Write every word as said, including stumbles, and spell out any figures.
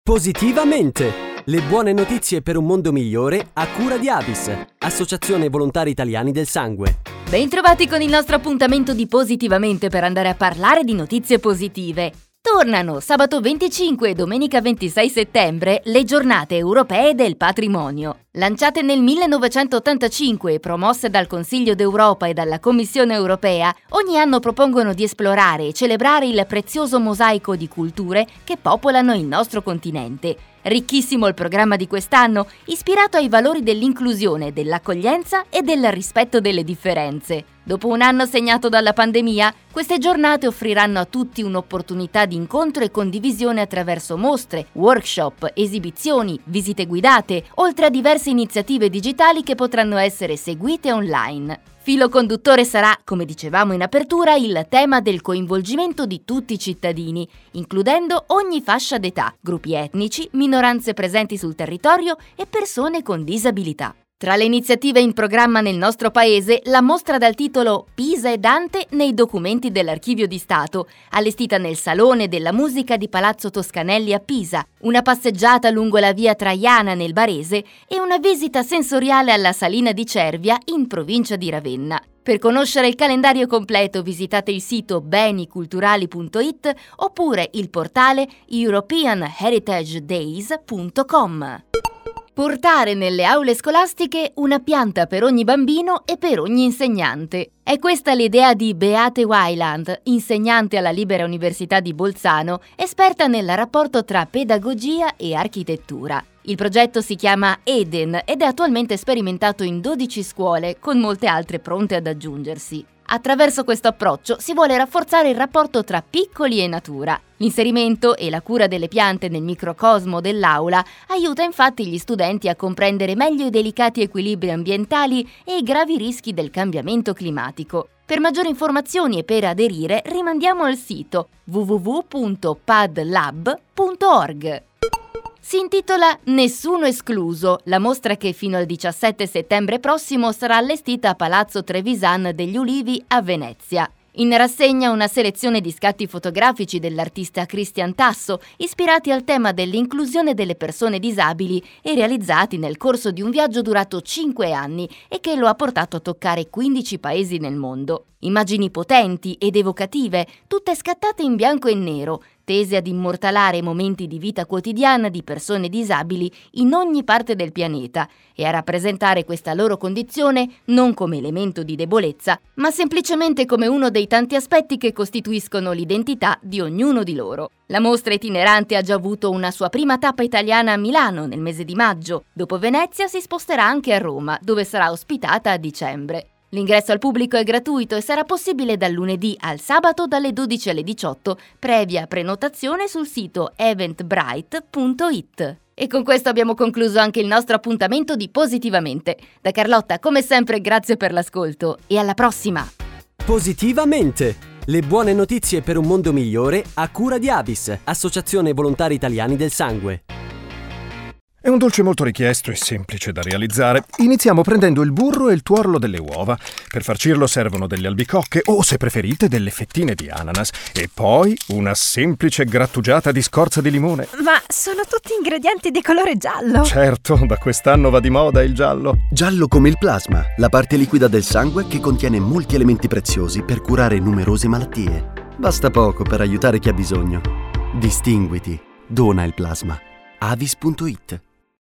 Positivamente! Le buone notizie per un mondo migliore a cura di Avis, Associazione Volontari Italiani del Sangue. Bentrovati con il nostro appuntamento di Positivamente per andare a parlare di notizie positive. Tornano sabato venticinque e domenica ventisei settembre le giornate europee del patrimonio. Lanciate nel millenovecentottantacinque e promosse dal Consiglio d'Europa e dalla Commissione europea, ogni anno propongono di esplorare e celebrare il prezioso mosaico di culture che popolano il nostro continente. Ricchissimo il programma di quest'anno, ispirato ai valori dell'inclusione, dell'accoglienza e del rispetto delle differenze. Dopo un anno segnato dalla pandemia, queste giornate offriranno a tutti un'opportunità di incontro e condivisione attraverso mostre, workshop, esibizioni, visite guidate, oltre a diverse iniziative digitali che potranno essere seguite online. Filo conduttore sarà, come dicevamo in apertura, il tema del coinvolgimento di tutti i cittadini, includendo ogni fascia d'età, gruppi etnici, minoranze presenti sul territorio e persone con disabilità. Tra le iniziative in programma nel nostro paese, la mostra dal titolo Pisa e Dante nei documenti dell'Archivio di Stato, allestita nel Salone della Musica di Palazzo Toscanelli a Pisa, una passeggiata lungo la via Traiana nel Barese e una visita sensoriale alla Salina di Cervia in provincia di Ravenna. Per conoscere il calendario completo visitate il sito beni culturali punto it oppure il portale european heritage days punto com. Portare nelle aule scolastiche una pianta per ogni bambino e per ogni insegnante. È questa l'idea di Beate Weiland, insegnante alla Libera Università di Bolzano, esperta nel rapporto tra pedagogia e architettura. Il progetto si chiama Eden ed è attualmente sperimentato in dodici scuole, con molte altre pronte ad aggiungersi. Attraverso questo approccio si vuole rafforzare il rapporto tra piccoli e natura. L'inserimento e la cura delle piante nel microcosmo dell'aula aiuta infatti gli studenti a comprendere meglio i delicati equilibri ambientali e i gravi rischi del cambiamento climatico. Per maggiori informazioni e per aderire rimandiamo al sito w w w punto padlab punto org. Si intitola Nessuno escluso, la mostra che fino al diciassette settembre prossimo sarà allestita a Palazzo Trevisan degli Ulivi a Venezia. In rassegna una selezione di scatti fotografici dell'artista Cristian Tasso, ispirati al tema dell'inclusione delle persone disabili e realizzati nel corso di un viaggio durato cinque anni e che lo ha portato a toccare quindici paesi nel mondo. Immagini potenti ed evocative, tutte scattate in bianco e nero, tese ad immortalare momenti di vita quotidiana di persone disabili in ogni parte del pianeta e a rappresentare questa loro condizione non come elemento di debolezza, ma semplicemente come uno dei tanti aspetti che costituiscono l'identità di ognuno di loro. La mostra itinerante ha già avuto una sua prima tappa italiana a Milano nel mese di maggio. Dopo Venezia si sposterà anche a Roma, dove sarà ospitata a dicembre. L'ingresso al pubblico è gratuito e sarà possibile dal lunedì al sabato dalle dodici alle diciotto, previa prenotazione sul sito eventbrite punto it. E con questo abbiamo concluso anche il nostro appuntamento di Positivamente. Da Carlotta, come sempre, grazie per l'ascolto e alla prossima! Positivamente! Le buone notizie per un mondo migliore a cura di Avis, Associazione Volontari Italiani del Sangue. È un dolce molto richiesto e semplice da realizzare. Iniziamo prendendo il burro e il tuorlo delle uova. Per farcirlo servono delle albicocche o, se preferite, delle fettine di ananas. E poi una semplice grattugiata di scorza di limone. Ma sono tutti ingredienti di colore giallo. Certo, da quest'anno va di moda il giallo. Giallo come il plasma, la parte liquida del sangue che contiene molti elementi preziosi per curare numerose malattie. Basta poco per aiutare chi ha bisogno. Distinguiti. Dona il plasma. avis punto it